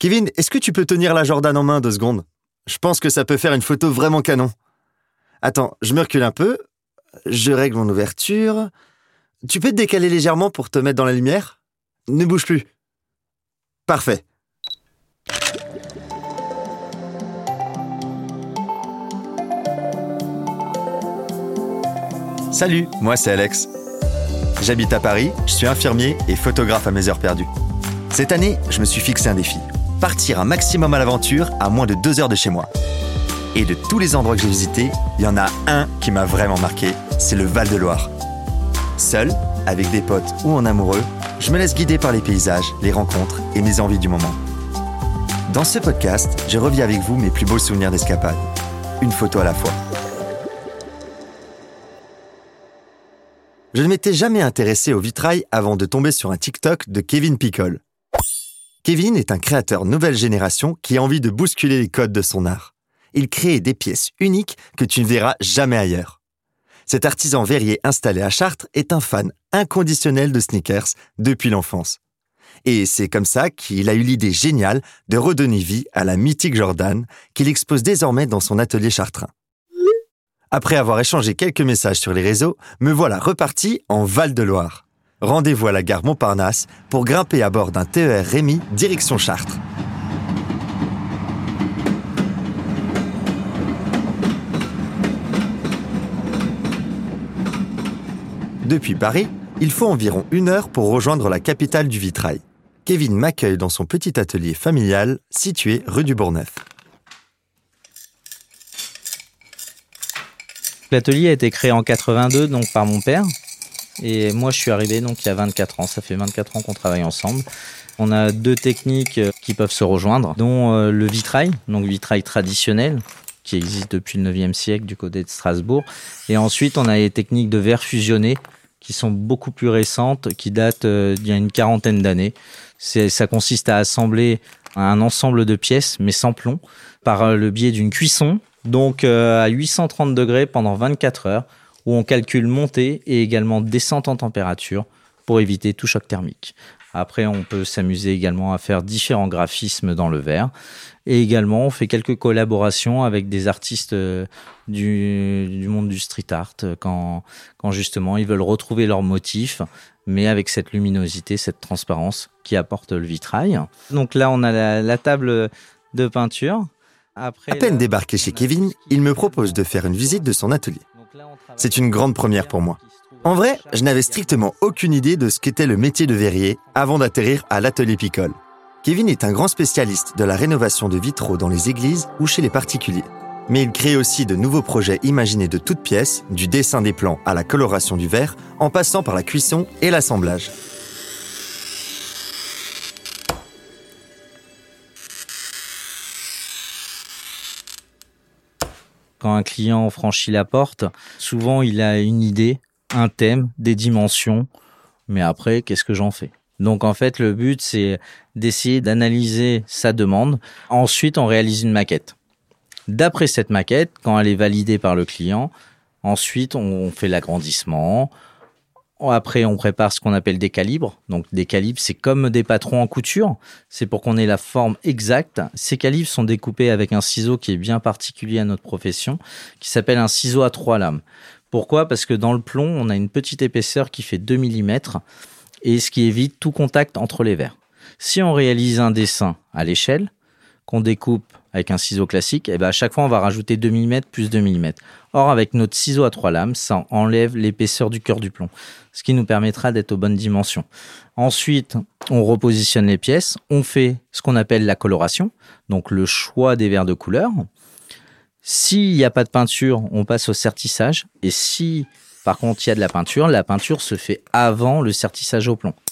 Kevin, est-ce que tu peux tenir la Jordan en main 2 secondes? Je pense que ça peut faire une photo vraiment canon. Attends, je me recule un peu. Je règle mon ouverture. Tu peux te décaler légèrement pour te mettre dans la lumière? Ne bouge plus. Parfait. Salut, moi c'est Alex. J'habite à Paris, je suis infirmier et photographe à mes heures perdues. Cette année, je me suis fixé un défi. Partir un maximum à l'aventure à moins de 2 heures de chez moi. Et de tous les endroits que j'ai visités, il y en a un qui m'a vraiment marqué, c'est le Val-de-Loire. Seul, avec des potes ou en amoureux, je me laisse guider par les paysages, les rencontres et mes envies du moment. Dans ce podcast, je revis avec vous mes plus beaux souvenirs d'escapade. Une photo à la fois. Je ne m'étais jamais intéressé au vitrail avant de tomber sur un TikTok de Kevin Picol. Kevin est un créateur nouvelle génération qui a envie de bousculer les codes de son art. Il crée des pièces uniques que tu ne verras jamais ailleurs. Cet artisan verrier installé à Chartres est un fan inconditionnel de sneakers depuis l'enfance. Et c'est comme ça qu'il a eu l'idée géniale de redonner vie à la mythique Jordan qu'il expose désormais dans son atelier chartrain. Après avoir échangé quelques messages sur les réseaux, me voilà reparti en Val-de-Loire. Rendez-vous à la gare Montparnasse pour grimper à bord d'un TER Rémi direction Chartres. Depuis Paris, il faut environ 1 heure pour rejoindre la capitale du vitrail. Kevin m'accueille dans son petit atelier familial situé rue du Bourgneuf. L'atelier a été créé en 82 donc par mon père et moi je suis arrivé donc il y a 24 ans. Ça fait 24 ans qu'on travaille ensemble. On a 2 techniques qui peuvent se rejoindre, dont le vitrail, donc vitrail traditionnel qui existe depuis le 9e siècle du côté de Strasbourg. Et ensuite on a les techniques de verre fusionné qui sont beaucoup plus récentes, qui datent d'il y a une 40aine d'années. Ça consiste à assembler un ensemble de pièces mais sans plomb par le biais d'une cuisson. Donc à 830 degrés pendant 24 heures, où on calcule montée et également descente en température pour éviter tout choc thermique. Après, on peut s'amuser également à faire différents graphismes dans le verre. Et également, on fait quelques collaborations avec des artistes du monde du street art quand justement ils veulent retrouver leurs motifs, mais avec cette luminosité, cette transparence qui apporte le vitrail. Donc là, on a la table de peinture. Après, à peine débarqué chez Kevin, il me propose de faire une visite de son atelier. C'est une grande première pour moi. En vrai, je n'avais strictement aucune idée de ce qu'était le métier de verrier avant d'atterrir à l'atelier Picol. Kevin est un grand spécialiste de la rénovation de vitraux dans les églises ou chez les particuliers. Mais il crée aussi de nouveaux projets imaginés de toutes pièces, du dessin des plans à la coloration du verre, en passant par la cuisson et l'assemblage. Quand un client franchit la porte, souvent il a une idée, un thème, des dimensions, mais après, qu'est-ce que j'en fais? Donc en fait, le but, c'est d'essayer d'analyser sa demande. Ensuite, on réalise une maquette. D'après cette maquette, quand elle est validée par le client, ensuite, on fait l'agrandissement. Après, on prépare ce qu'on appelle des calibres. Donc, des calibres, c'est comme des patrons en couture. C'est pour qu'on ait la forme exacte. Ces calibres sont découpés avec un ciseau qui est bien particulier à notre profession, qui s'appelle un ciseau à 3 lames. Pourquoi? Parce que dans le plomb, on a une petite épaisseur qui fait 2 mm et ce qui évite tout contact entre les verres. Si on réalise un dessin à l'échelle, qu'on découpe avec un ciseau classique, et à chaque fois, on va rajouter 2 mm plus 2 mm. Or, avec notre ciseau à 3 lames, ça enlève l'épaisseur du cœur du plomb, ce qui nous permettra d'être aux bonnes dimensions. Ensuite, on repositionne les pièces, on fait ce qu'on appelle la coloration, donc le choix des verres de couleur. S'il n'y a pas de peinture, on passe au sertissage. Et si, par contre, il y a de la peinture se fait avant le sertissage au plomb.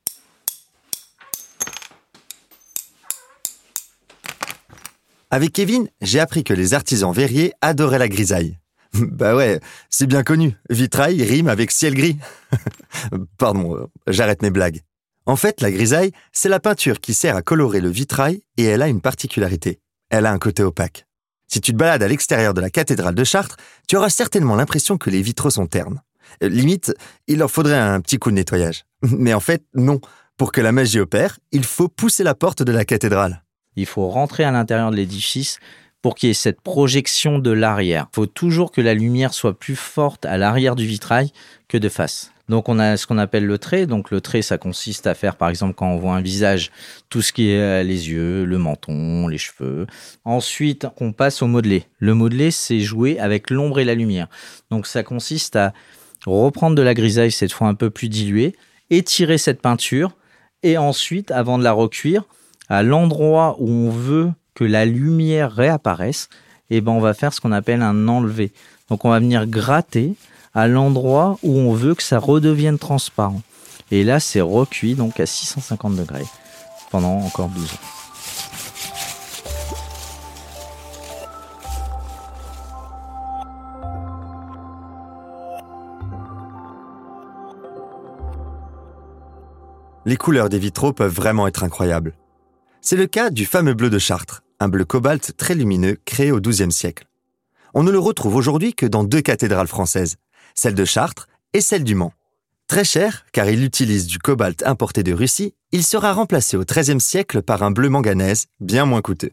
Avec Kevin, j'ai appris que les artisans verriers adoraient la grisaille. Bah ouais, c'est bien connu. Vitrail rime avec ciel gris. Pardon, j'arrête mes blagues. En fait, la grisaille, c'est la peinture qui sert à colorer le vitrail et elle a une particularité. Elle a un côté opaque. Si tu te balades à l'extérieur de la cathédrale de Chartres, tu auras certainement l'impression que les vitraux sont ternes. Limite, il leur faudrait un petit coup de nettoyage. Mais en fait, non. Pour que la magie opère, il faut pousser la porte de la cathédrale. Il faut rentrer à l'intérieur de l'édifice pour qu'il y ait cette projection de l'arrière. Il faut toujours que la lumière soit plus forte à l'arrière du vitrail que de face. Donc on a ce qu'on appelle le trait. Donc le trait, ça consiste à faire, par exemple, quand on voit un visage, tout ce qui est les yeux, le menton, les cheveux. Ensuite, on passe au modelé. Le modelé, c'est jouer avec l'ombre et la lumière. Donc ça consiste à reprendre de la grisaille, cette fois un peu plus diluée, étirer cette peinture et ensuite, avant de la recuire, à l'endroit où on veut que la lumière réapparaisse, on va faire ce qu'on appelle un enlevé. Donc on va venir gratter à l'endroit où on veut que ça redevienne transparent. Et là, c'est recuit donc à 650 degrés pendant encore 12 ans. Les couleurs des vitraux peuvent vraiment être incroyables. C'est le cas du fameux bleu de Chartres, un bleu cobalt très lumineux créé au XIIe siècle. On ne le retrouve aujourd'hui que dans 2 cathédrales françaises, celle de Chartres et celle du Mans. Très cher, car il utilise du cobalt importé de Russie, il sera remplacé au XIIIe siècle par un bleu manganèse, bien moins coûteux.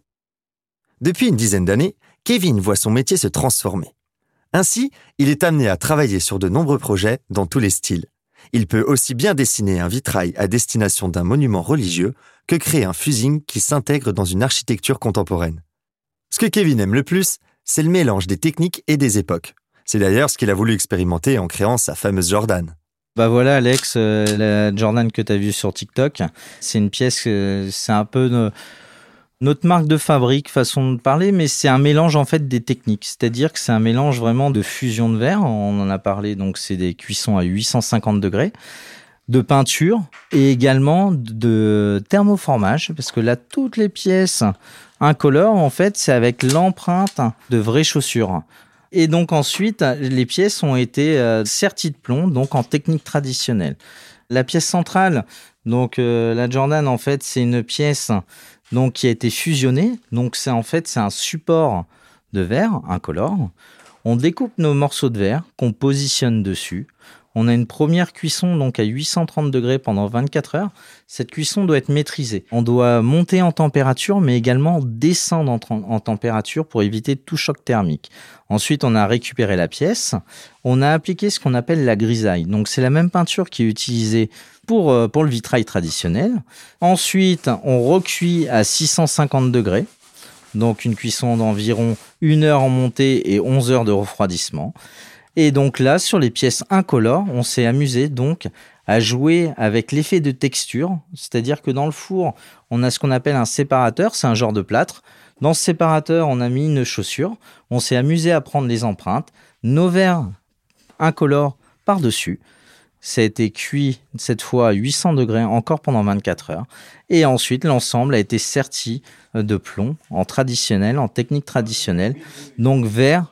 Depuis une dizaine d'années, Kevin voit son métier se transformer. Ainsi, il est amené à travailler sur de nombreux projets dans tous les styles. Il peut aussi bien dessiner un vitrail à destination d'un monument religieux que créer un fusing qui s'intègre dans une architecture contemporaine. Ce que Kevin aime le plus, c'est le mélange des techniques et des époques. C'est d'ailleurs ce qu'il a voulu expérimenter en créant sa fameuse Jordan. Voilà Alex, la Jordan que tu as vue sur TikTok, c'est une pièce, c'est un peu notre marque de fabrique, façon de parler, mais c'est un mélange en fait des techniques. C'est-à-dire que c'est un mélange vraiment de fusion de verre, on en a parlé, donc c'est des cuissons à 850 degrés, de peinture et également de thermoformage, parce que là, toutes les pièces incolores, en fait, c'est avec l'empreinte de vraies chaussures. Et donc ensuite, les pièces ont été serties de plomb, donc en technique traditionnelle. La pièce centrale, donc la Jordan, en fait, c'est une pièce donc qui a été fusionnée. Donc c'est un support de verre incolore. On découpe nos morceaux de verre qu'on positionne dessus. On a une première cuisson donc à 830 degrés pendant 24 heures. Cette cuisson doit être maîtrisée. On doit monter en température, mais également descendre en température pour éviter tout choc thermique. Ensuite, on a récupéré la pièce. On a appliqué ce qu'on appelle la grisaille. Donc, c'est la même peinture qui est utilisée pour le vitrail traditionnel. Ensuite, on recuit à 650 degrés. Donc, une cuisson d'environ 1 heure en montée et 11 heures de refroidissement. Et donc là, sur les pièces incolores, on s'est amusé donc à jouer avec l'effet de texture. C'est-à-dire que dans le four, on a ce qu'on appelle un séparateur, c'est un genre de plâtre. Dans ce séparateur, on a mis une chaussure. On s'est amusé à prendre les empreintes, nos verres incolores par-dessus. Ça a été cuit cette fois à 800 degrés encore pendant 24 heures. Et ensuite, l'ensemble a été serti de plomb en traditionnel, en technique traditionnelle. Donc verre,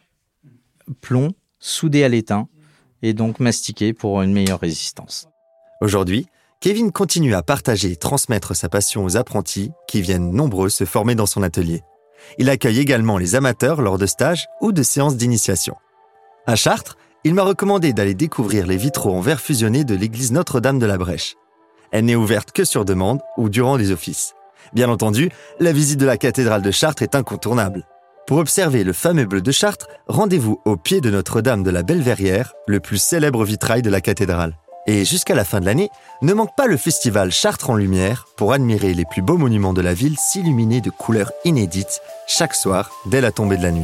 plomb, soudé à l'étain et donc mastiqué pour une meilleure résistance. Aujourd'hui, Kevin continue à partager et transmettre sa passion aux apprentis qui viennent nombreux se former dans son atelier. Il accueille également les amateurs lors de stages ou de séances d'initiation. À Chartres, il m'a recommandé d'aller découvrir les vitraux en verre fusionné de l'église Notre-Dame de la Brèche. Elle n'est ouverte que sur demande ou durant les offices. Bien entendu, la visite de la cathédrale de Chartres est incontournable. Pour observer le fameux bleu de Chartres, rendez-vous au pied de Notre-Dame de la Belle-Verrière, le plus célèbre vitrail de la cathédrale. Et jusqu'à la fin de l'année, ne manque pas le festival Chartres en Lumière pour admirer les plus beaux monuments de la ville s'illuminer de couleurs inédites chaque soir dès la tombée de la nuit.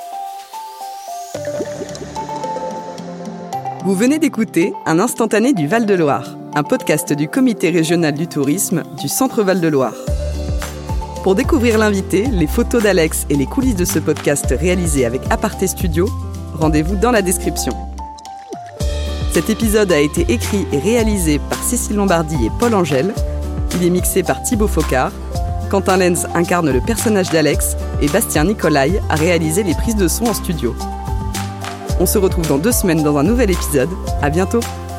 Vous venez d'écouter Un instantané du Val-de-Loire, un podcast du Comité régional du tourisme du Centre Val-de-Loire. Pour découvrir l'invité, les photos d'Alex et les coulisses de ce podcast réalisé avec Aparté Studio, rendez-vous dans la description. Cet épisode a été écrit et réalisé par Cécile Lombardi et Paul Angèle. Il est mixé par Thibaut Focard. Quentin Lenz incarne le personnage d'Alex et Bastien Nicolai a réalisé les prises de son en studio. On se retrouve dans 2 semaines dans un nouvel épisode. À bientôt!